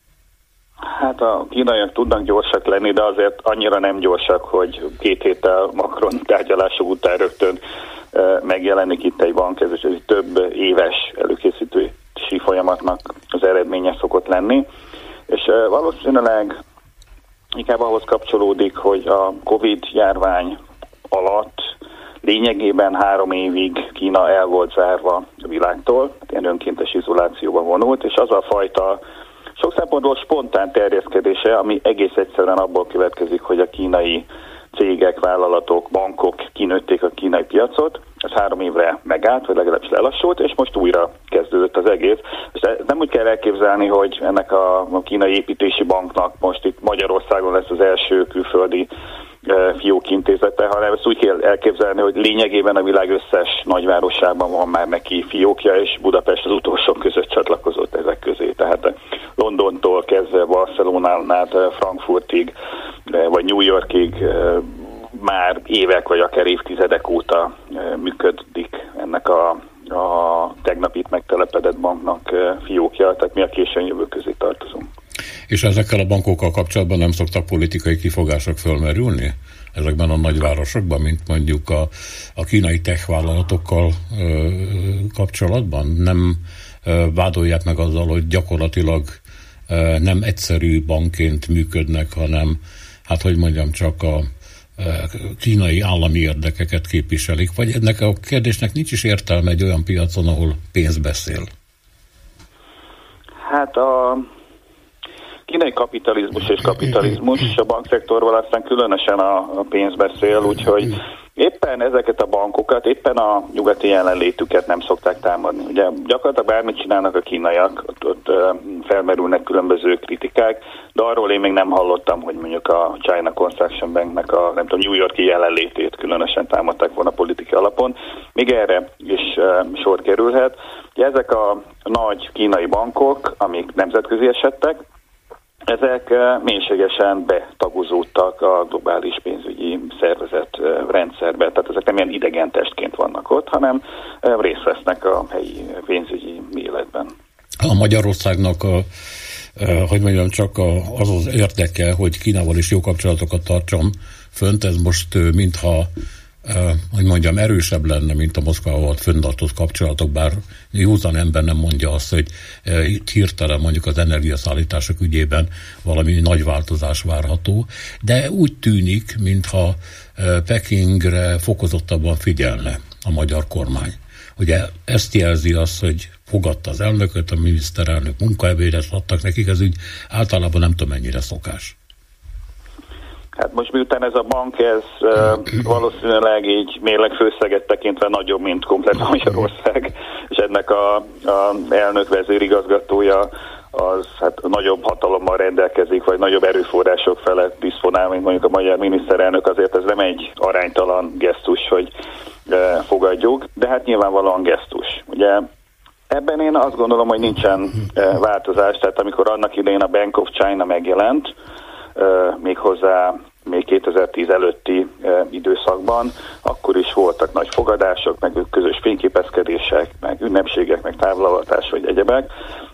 Hát a kínaiak tudnak gyorsak lenni, de azért annyira nem gyorsak, hogy 2 héttel Macron tárgyalások után rögtön megjelenik itt egy bank, ez egy több éves előkészítési folyamatnak az eredménye szokott lenni, és valószínűleg inkább ahhoz kapcsolódik, hogy a Covid járvány alatt lényegében 3 évig Kína el volt zárva a világtól, ilyen önkéntes izolációba vonult, és az a fajta sok szempontból spontán terjeszkedése, ami egész egyszerűen abból következik, hogy a kínai cégek, vállalatok, bankok kinőtték a kínai piacot, ez 3 évre megállt, vagy legalábbis lelassult, és most újra kezdődött az egész. És nem úgy kell elképzelni, hogy ennek a kínai építési banknak most itt Magyarországon lesz az első külföldi fiókintézete, hanem ezt úgy kell elképzelni, hogy lényegében a világ összes nagyvárosában van már neki fiókja, és Budapest az utolsók között csatlakozott ezek közé. Tehát Londontól kezdve Barcelonánál, Frankfurtig, vagy New Yorkig már évek, vagy akár évtizedek óta működik ennek a tegnap itt megtelepedett banknak fiókja, tehát mi a későn jövő közé tartozunk. És ezekkel a bankokkal kapcsolatban nem szoktak politikai kifogások fölmerülni? Ezekben a nagyvárosokban, mint mondjuk a kínai tech vállalatokkal kapcsolatban? Nem vádolják meg azzal, hogy gyakorlatilag nem egyszerű bankként működnek, hanem, hát hogy mondjam, csak a kínai állami érdekeket képviselik? Vagy ennek a kérdésnek nincs is értelme egy olyan piacon, ahol pénz beszél? Hát a kínai kapitalizmus és kapitalizmus, és a bankszektorval aztán különösen a pénz beszél, úgyhogy éppen ezeket a bankokat, éppen a nyugati jelenlétüket nem szokták támadni. Ugye gyakorlatilag bármit csinálnak a kínaiak, ott felmerülnek különböző kritikák, de arról én még nem hallottam, hogy mondjuk a China Construction Banknek a nem tudom, New York-i jelenlétét különösen támadták volna politikai alapon. Még erre is sor kerülhet. Ugye ezek a nagy kínai bankok, amik nemzetközi esettek, ezek mélységesen betagozódtak a globális pénzügyi szervezet rendszerbe, tehát ezek nem ilyen idegen testként vannak ott, hanem részt vesznek a helyi pénzügyi életben. A Magyarországnak hogy mondjam, csak az érdeke, hogy Kínával is jó kapcsolatokat tartson fönt, ez most mintha hogy mondjam, erősebb lenne, mint a Moszkvával fenntartott kapcsolatok, bár józan ember nem mondja azt, hogy itt hirtelen mondjuk az energiaszállítások ügyében valami nagy változás várható, de úgy tűnik, mintha Pekingre fokozottabban figyelne a magyar kormány. Ugye ezt jelzi az, hogy fogadta az elnököt, a miniszterelnök munkaebédet adtak nekik, ez úgy általában nem tudom mennyire szokás. Hát most miután ez a bank, ez valószínűleg így mérlegfőszeget tekintve nagyobb, mint komplet Magyarország, és ennek a elnök vezérigazgatója az hát nagyobb hatalommal rendelkezik, vagy nagyobb erőforrások felett diszponál, mint mondjuk a magyar miniszterelnök, azért ez nem egy aránytalan gesztus, hogy fogadjuk, de hát nyilvánvalóan gesztus. Ugye ebben én azt gondolom, hogy nincsen változás, tehát amikor annak idején a Bank of China megjelent, méghozzá még 2010 előtti időszakban, akkor is voltak nagy fogadások, meg közös fényképezkedések, meg ünnepségek, meg távolavatás, vagy egyebek.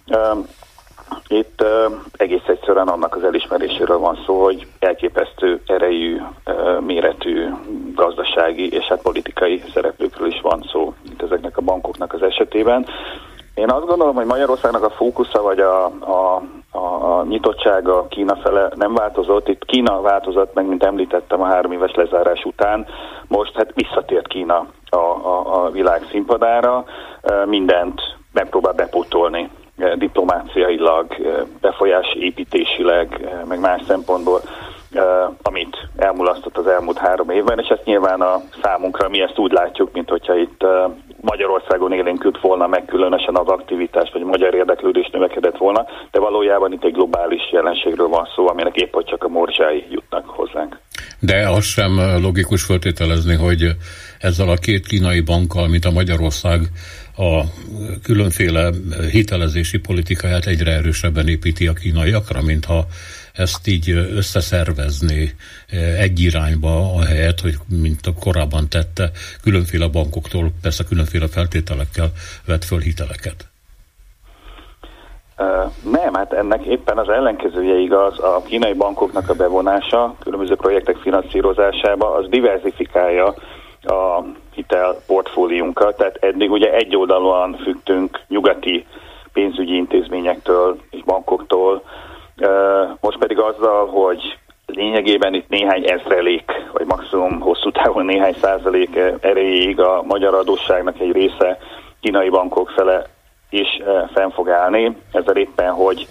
Itt egész egyszerűen annak az elismeréséről van szó, hogy elképesztő erejű, méretű gazdasági és hát politikai szereplőkről is van szó, mint ezeknek a bankoknak az esetében. Én azt gondolom, hogy Magyarországnak a fókusza vagy a nyitottsága Kína fele nem változott. Itt Kína változott meg, mint említettem, a 3 éves lezárás után. Most hát visszatért Kína a világ színpadára, mindent megpróbál bepótolni diplomáciailag, befolyásépítésileg, meg más szempontból, amit elmulasztott az elmúlt 3 évben, és ezt nyilván a számunkra mi ezt úgy látjuk, mint hogyha itt Magyarországon élénkült volna meg különösen az aktivitás, vagy a magyar érdeklődés növekedett volna, de valójában itt egy globális jelenségről van szó, aminek épp hogy csak a morzsái jutnak hozzánk. De az sem logikus feltételezni, hogy ezzel a 2 kínai bankkal, mint a Magyarország, a különféle hitelezési politikáját egyre erősebben építi a kínaiakra, mintha ezt így összeszervezni egy irányba, ahelyett, hogy mint korábban tette, különféle bankoktól, persze különféle feltételekkel vett föl hiteleket. Nem, hát ennek éppen az ellenkezője igaz. A kínai bankoknak a bevonása különböző projektek finanszírozásába az diverzifikálja a hitelportfóliunkat, tehát eddig ugye egyoldalúan függtünk nyugati pénzügyi intézményektől és bankoktól, most pedig azzal, hogy lényegében itt néhány ezrelék, vagy maximum hosszú távon néhány százalék erejéig a magyar adósságnak egy része kínai bankok fele is fenn fog állni, ezzel éppen, hogy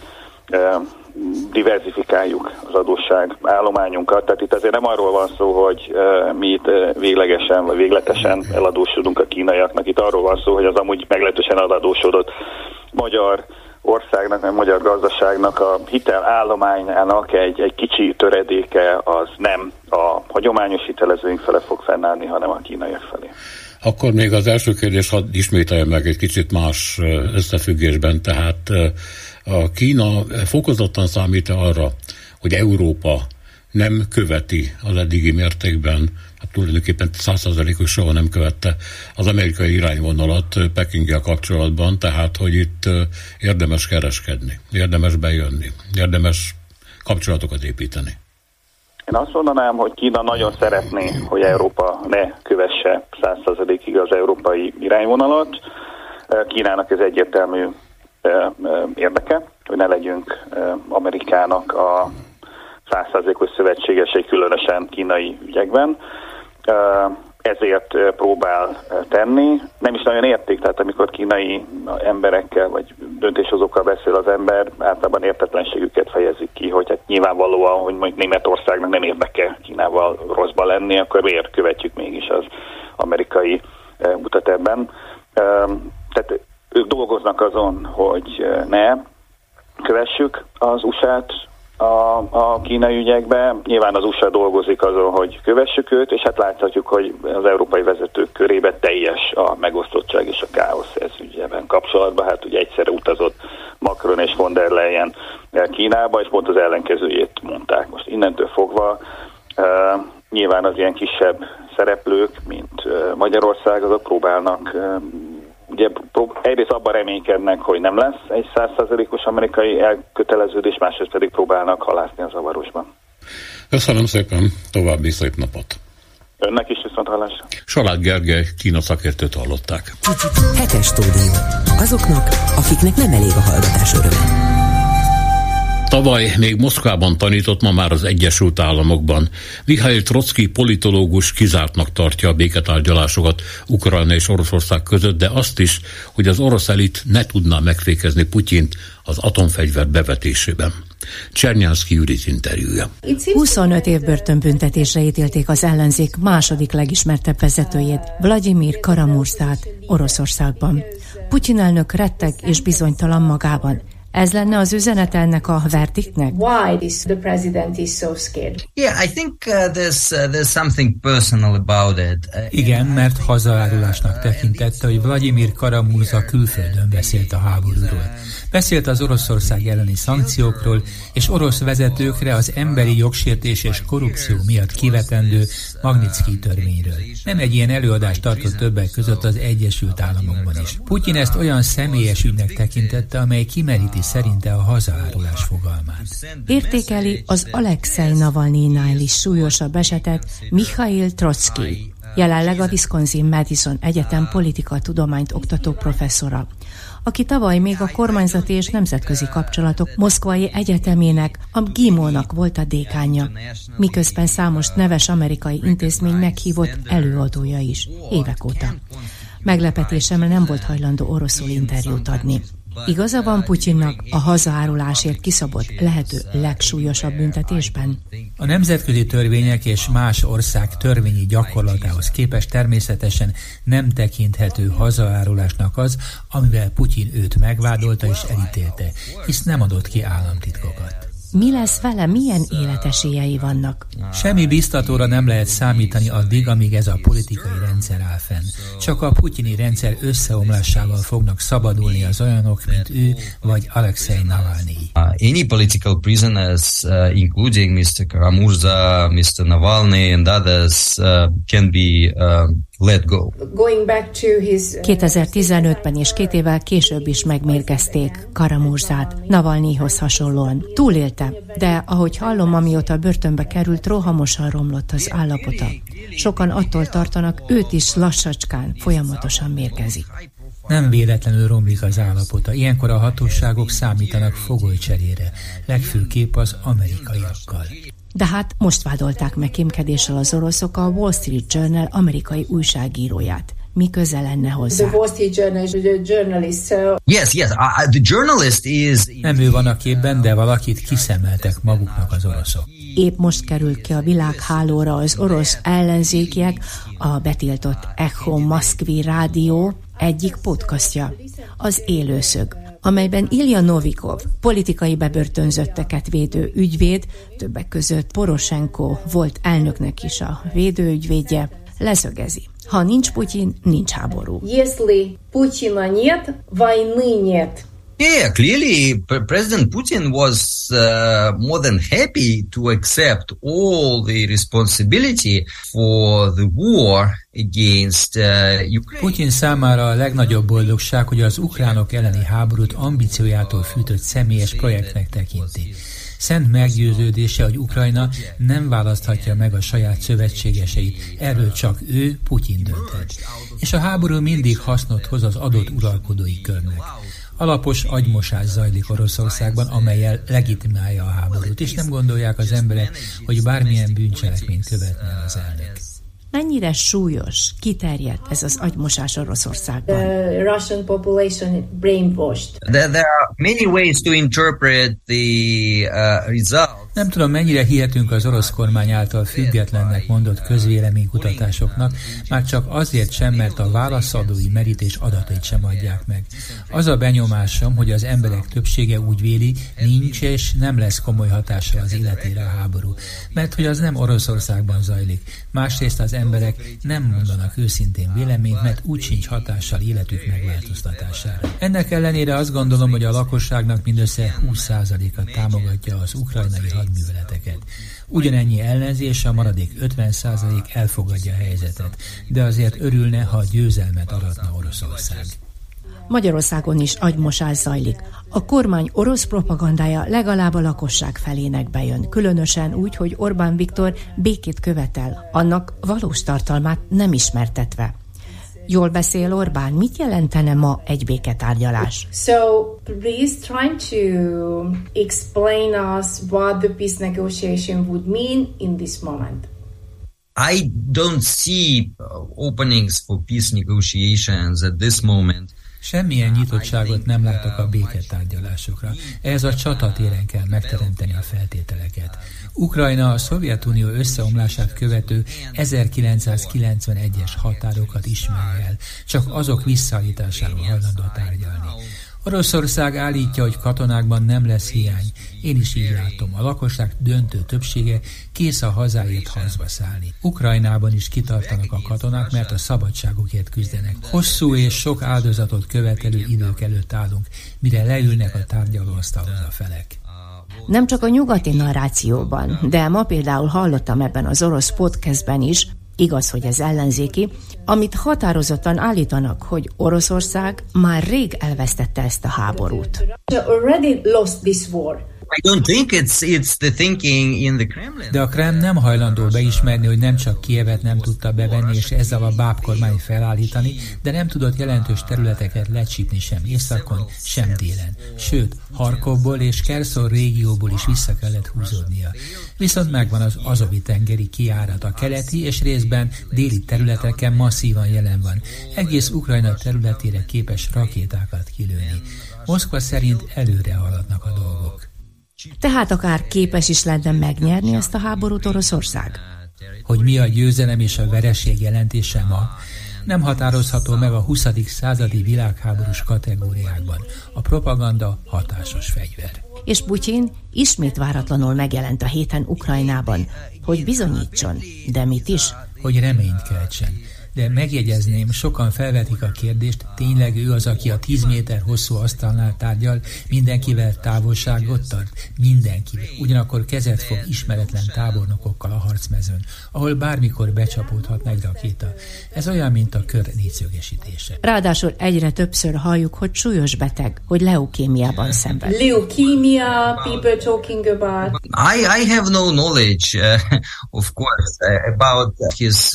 diverzifikáljuk az adósság állományunkat. Tehát itt azért nem arról van szó, hogy mi itt véglegesen vagy végletesen eladósodunk a kínaiaknak. Itt arról van szó, hogy az amúgy meglehetősen eladósodott magyar országnak, vagy magyar gazdaságnak a hitel állományának egy kicsi töredéke az nem a hagyományos hitelezőink fele fog fennállni, hanem a kínaiak felé. Akkor még az első kérdés, hadd ismételjem meg egy kicsit más összefüggésben, tehát a Kína fokozottan számít arra, hogy Európa nem követi az eddigi mértékben, hát tulajdonképpen 100%-os soha nem követte az amerikai irányvonalat Pekinggel kapcsolatban, tehát hogy itt érdemes kereskedni, érdemes bejönni, érdemes kapcsolatokat építeni. Én azt mondanám, hogy Kína nagyon szeretné, hogy Európa ne kövesse 100%-ig az európai irányvonalat. Kínának ez egyértelmű érdeke, hogy ne legyünk Amerikának a 100%-os szövetségesei, különösen kínai ügyekben. Ezért próbál tenni. Nem is nagyon értik, tehát amikor kínai emberekkel vagy döntéshozókkal beszél az ember, általában értetlenségüket fejezik ki, hogy hát nyilvánvalóan, hogy mondjuk Németországnak nem érdeke Kínával rosszba lenni, akkor miért követjük mégis az amerikai utat ebben. Tehát ők dolgoznak azon, hogy ne kövessük az USA-t a kínai ügyekben. Nyilván az USA dolgozik azon, hogy kövessük őt, és hát láthatjuk, hogy az európai vezetők körében teljes a megosztottság és a káosz ez ügyben kapcsolatban. Hát ugye egyszerre utazott Macron és von der Leyen Kínába, és pont az ellenkezőjét mondták. Most innentől fogva nyilván az ilyen kisebb szereplők, mint Magyarország, azok próbálnak ugye egyrészt abban reménykednek, hogy nem lesz egy 100%-os amerikai elköteleződés, másrészt pedig próbálnak halászni a zavarosban. Köszönöm szépen, további szép napot! Önnek is viszonthallásra. Salád Gergely Kína szakértőt hallották. Hetes stúdió. Azoknak, akiknek nem elég a hallgatás öröme. Tavaly még Moszkvában tanított, ma már az Egyesült Államokban. Mihail Trocki politológus kizártnak tartja a béketárgyalásokat Ukrajna és Oroszország között, de azt is, hogy az orosz elit ne tudná megfékezni Putyint az atomfegyver bevetésében. Csernyánszky Judit interjúja. 25 év börtönbüntetésre ítélték az ellenzék második legismertebb vezetőjét, Vladimir Kara-Murzát Oroszországban. Putyin elnök retteg és bizonytalan magában. Ez lenne az üzenet ennek a verdiktnek? Why the president is so scared? Yeah, I think there's something personal about it. Igen, mert hazaárulásnak tekintette, hogy Vladimir Kara-Murza külföldön beszélt a háborúról. Beszélt az Oroszország elleni szankciókról, és orosz vezetőkre az emberi jogsértés és korrupció miatt kivetendő Magnitsky törvényről. Nem egy ilyen előadást tartott többek között az Egyesült Államokban is. Putyin ezt olyan személyes ügynek tekintette, amely kimeríti szerinte a hazaárulás fogalmát. Értékeli az Alexei Navalnyinál is súlyosabb esetet Mihail Trocki, jelenleg a Wisconsin-Madison Egyetem politikatudományt oktató professzora, aki tavaly még a kormányzati és nemzetközi kapcsolatok Moszkvai Egyetemének, a GIMO-nak volt a dékánja, miközben számos neves amerikai intézmény meghívott előadója is, évek óta. Meglepetésemre nem volt hajlandó oroszul interjút adni. Igaza van Putyinnak a hazaárulásért kiszabott lehető legsúlyosabb büntetésben? A nemzetközi törvények és más ország törvényi gyakorlatához képest természetesen nem tekinthető hazaárulásnak az, amivel Putyin őt megvádolta és elítélte, hisz nem adott ki államtitkokat. Mi lesz vele, milyen életesélyei vannak? Semmi biztatóra nem lehet számítani addig, amíg ez a politikai rendszer áll fenn. Csak a putyini rendszer összeomlásával fognak szabadulni az olyanok, mint ő vagy Alexei Navalnyi. Any political prisoners, including Mr. Kara-Murza, Mr. Navalny and others can be let go. 2015-ben és 2 évvel később is megmérgezték Kara-Murzát, Navalnyihoz hasonlóan. Túlélte, de ahogy hallom, amióta börtönbe került, rohamosan romlott az állapota. Sokan attól tartanak, őt is lassacskán, folyamatosan mérgezik. Nem véletlenül romlik az állapota. Ilyenkor a hatóságok számítanak fogolycserére, legfőképp az amerikaiakkal. De hát most vádolták meg kémkedéssel az oroszok a Wall Street Journal amerikai újságíróját. Mi köze lenne hozzá? The Wall Street Journal is the journalist. Yes, the journalist is... Nem ő van a képben, de valakit kiszemeltek maguknak az oroszok. Épp most került ki a világhálóra az orosz ellenzékiek, a betiltott Echo Moszkvi rádió egyik podcastja, az Élőszög, amelyben Ilja Novikov, politikai bebörtönzötteket védő ügyvéd, többek között Poroshenko volt elnöknek is a védőügyvédje, leszögezi. Ha nincs Putyin, nincs háború. Если Путина нет, войны нет. Yeah, clearly President Putin was more than happy to accept all the responsibility for the war against Ukraine. Putyin számára a legnagyobb boldogság, hogy az ukránok elleni háborút ambíciójától fűtött személyes projektnek tekinti. Szent meggyőződése, hogy Ukrajna nem választhatja meg a saját szövetségeseit, erről csak ő, Putyin dönthet. És a háború mindig hasznot hoz az adott uralkodói körnek. Alapos agymosás zajlik Oroszországban, amellyel legitimálja a háborút, és nem gondolják az emberek, hogy bármilyen bűncselekményt követne el az elnök. Mennyire súlyos, kiterjedt ez az agymosás Oroszországban? The Russian population brainwashed. There are many ways to interpret the result. Nem tudom, mennyire hihetünk az orosz kormány által függetlennek mondott közvéleménykutatásoknak, már csak azért sem, mert a válaszadói merítés adatait sem adják meg. Az a benyomásom, hogy az emberek többsége úgy véli, nincs és nem lesz komoly hatással az életére a háború, mert hogy az nem Oroszországban zajlik. Másrészt az emberek nem mondanak őszintén véleményt, mert úgy sincs hatással életük megváltoztatására. Ennek ellenére azt gondolom, hogy a lakosságnak mindössze 20%-a támogatja az ukrajnai hadműveleteket. Ugyanennyi ellenzi, és a maradék 50% elfogadja a helyzetet, de azért örülne, ha győzelmet aratna Oroszország. Magyarországon is agymosás zajlik. A kormány orosz propagandája legalább a lakosság felének bejön, különösen úgy, hogy Orbán Viktor békét követel, annak valós tartalmát nem ismertetve. Jól beszél Orbán, mit jelentene ma egy béketárgyalás? So please try to explain us what the peace negotiation would mean in this moment. I don't see openings for peace negotiations at this moment. Semmilyen nyitottságot nem látok a béketárgyalásokra. Ehhez a csatatéren kell megteremteni a feltételeket. Ukrajna a Szovjetunió összeomlását követő 1991-es határokat ismeri el, csak azok visszaállításáról hajlandó tárgyalni. Oroszország állítja, hogy katonákban nem lesz hiány. Én is így látom. A lakosság döntő többsége kész a hazáért harcba szállni. Ukrajnában is kitartanak a katonák, mert a szabadságukért küzdenek. Hosszú és sok áldozatot követelő idők előtt állunk, mire leülnek a tárgyalóasztalhoz a felek. Nem csak a nyugati narrációban, de ma például hallottam ebben az orosz podcastben is, igaz, hogy ez ellenzéki, amit határozottan állítanak, hogy Oroszország már rég elvesztette ezt a háborút. De a Kreml nem hajlandó beismerni, hogy nem csak Kijevet nem tudta bevenni és ezzel a bábkormány felállítani, de nem tudott jelentős területeket lecsípni sem északon, sem délen. Sőt, Harkovból és Kerszon régióból is vissza kellett húzódnia. Viszont megvan az Azovi-tengeri kijárat, a keleti és részben déli területeken masszívan jelen van. Egész Ukrajna területére képes rakétákat kilőni. Moszkva szerint előre haladnak a dolgok. Tehát akár képes is lenne megnyerni ezt a háborút Oroszország? Hogy mi a győzelem és a vereség jelentése ma, nem határozható meg a 20. századi világháborús kategóriákban. A propaganda hatásos fegyver. És Putyin ismét váratlanul megjelent a héten Ukrajnában, hogy bizonyítson, de mit is? Hogy reményt keltsen. De megjegyezném, sokan felvetik a kérdést, tényleg ő az, aki a 10 méter hosszú asztalnál tárgyal, mindenkivel távolságot tart? Mindenkivel. Ugyanakkor kezet fog ismeretlen tábornokokkal a harcmezőn, ahol bármikor becsapódhatna egy rakéta. Ez olyan, mint a kör négyszögesítése. Ráadásul egyre többször halljuk, hogy súlyos beteg, hogy leukémiában szenved. Leukemia, people talking about. I have no knowledge, of course, about his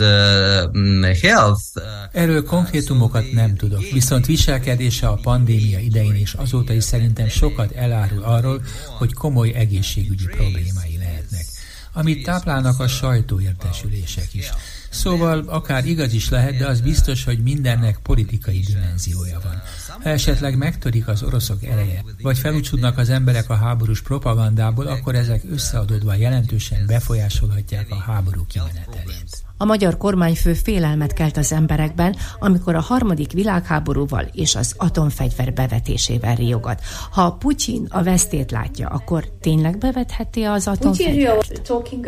health. Erről konkrétumokat nem tudok, viszont viselkedése a pandémia idején és azóta is szerintem sokat elárul arról, hogy komoly egészségügyi problémái lehetnek, amit táplálnak a sajtóértesülések is. Szóval akár igaz is lehet, de az biztos, hogy mindennek politikai dimenziója van. Ha esetleg megtörik az oroszok ereje, vagy felúcsudnak az emberek a háborús propagandából, akkor ezek összeadódva jelentősen befolyásolhatják a háború kimenetelét. A magyar kormányfő félelmet kelt az emberekben, amikor a harmadik világháborúval és az atomfegyver bevetésével riogat. Ha Putyin a vesztét látja, akkor tényleg bevetheti az atomfegyvert?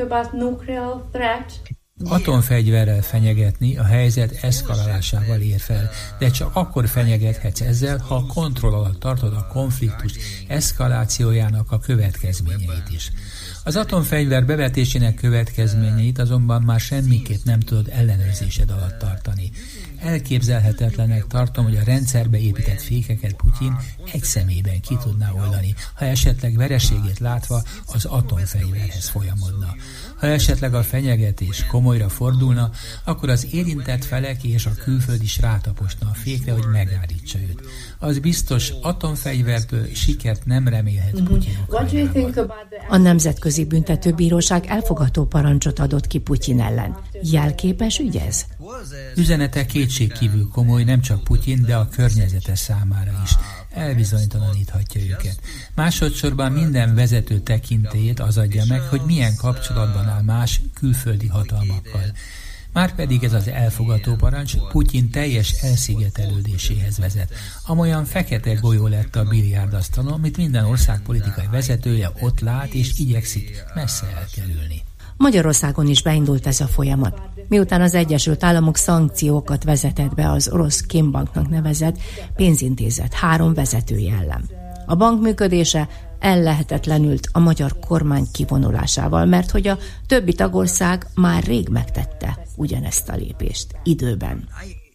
Atomfegyverrel fenyegetni a helyzet eszkalálásával ér fel, de csak akkor fenyegethetsz ezzel, ha kontroll alatt tartod a konfliktus eszkalációjának a következményeit is. Az atomfegyver bevetésének következményeit azonban már semmiképp nem tudod ellenőrzésed alatt tartani. Elképzelhetetlenek tartom, hogy a rendszerbe épített fékeket Putyin egy személyben ki tudná oldani, ha esetleg vereségét látva az atomfegyverhez folyamodna. Ha esetleg a fenyegetés komolyra fordulna, akkor az érintett felek és a külföld is rátaposna a fékre, hogy megállítsa őt. Az biztos, atomfegyvertől sikert nem remélhet Putyin Ukrajnában. A Nemzetközi Büntetőbíróság elfogató parancsot adott ki Putyin ellen. Jelképes ügy ez? Üzenete kétségkívül komoly, nem csak Putyin, de a környezete számára is. Elbizonytalaníthatja őket. Másodszorban minden vezető tekintélyét az adja meg, hogy milyen kapcsolatban áll más külföldi hatalmakkal. Márpedig ez az elfogató parancs Putyin teljes elszigetelődéséhez vezet. Amolyan fekete golyó lett a biliárdasztalon, amit minden ország politikai vezetője ott lát és igyekszik messze elkerülni. Magyarországon is beindult ez a folyamat. Miután az Egyesült Államok szankciókat vezetett be az orosz Kémbanknak nevezett pénzintézet 3 vezetője ellen. A bank működése ellehetetlenült a magyar kormány kivonulásával, mert hogy a többi tagország már rég megtette ugyanezt a lépést időben.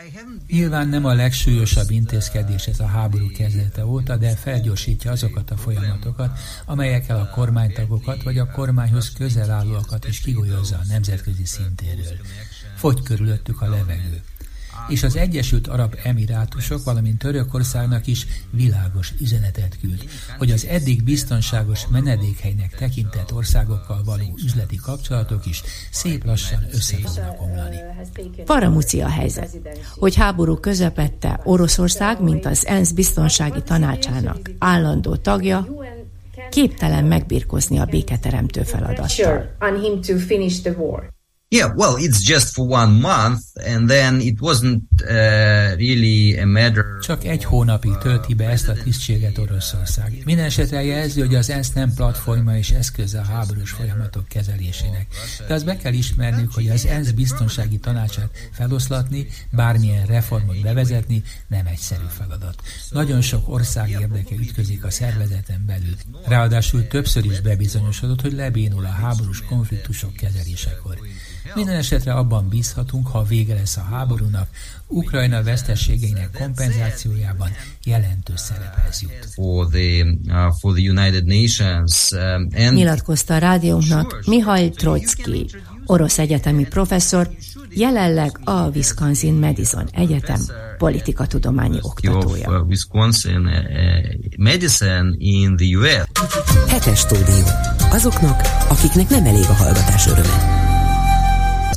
Nyilván nem a legsúlyosabb intézkedés ez a háború kezdete óta, de felgyorsítja azokat a folyamatokat, amelyekkel a kormánytagokat vagy a kormányhoz közel állóakat is kigolyozza a nemzetközi szintéről. Fogy körülöttük a levegő. És az Egyesült Arab Emirátusok, valamint Törökországnak is világos üzenetet küld, hogy az eddig biztonságos menedékhelynek tekintett országokkal való üzleti kapcsolatok is szép lassan össze fognak omlani. Faramúci a helyzet, hogy háború közepette Oroszország, mint az ENSZ biztonsági tanácsának állandó tagja, képtelen megbirkózni a béketeremtő feladattal. Yeah, well, it's just for 1 month, and then it wasn't really a matter... Csak 1 hónapig tölti be ezt a tisztséget Oroszország. Minden esetre jelzi, hogy az ENSZ nem platforma és eszköze a háborús folyamatok kezelésének. De azt be kell ismernünk, hogy az ENSZ biztonsági tanácsát feloszlatni, bármilyen reformot bevezetni nem egyszerű feladat. Nagyon sok ország érdeke ütközik a szervezeten belül. Ráadásul többször is bebizonyosodott, hogy lebénul a háborús konfliktusok kezelésekor. Minden esetre abban bízhatunk, ha vége lesz a háborúnak, Ukrajna veszteségeinek kompenzációjában jelentős szerephez jut. For the United Nations, nyilatkozta a rádiónknak Mihail Trotsky, orosz egyetemi professzor, jelenleg a Wisconsin Madison Egyetem politikatudományi oktatója. Wisconsin Madison in the US. 7. stúdió. Azoknak, akiknek nem elég a hallgatás öröme.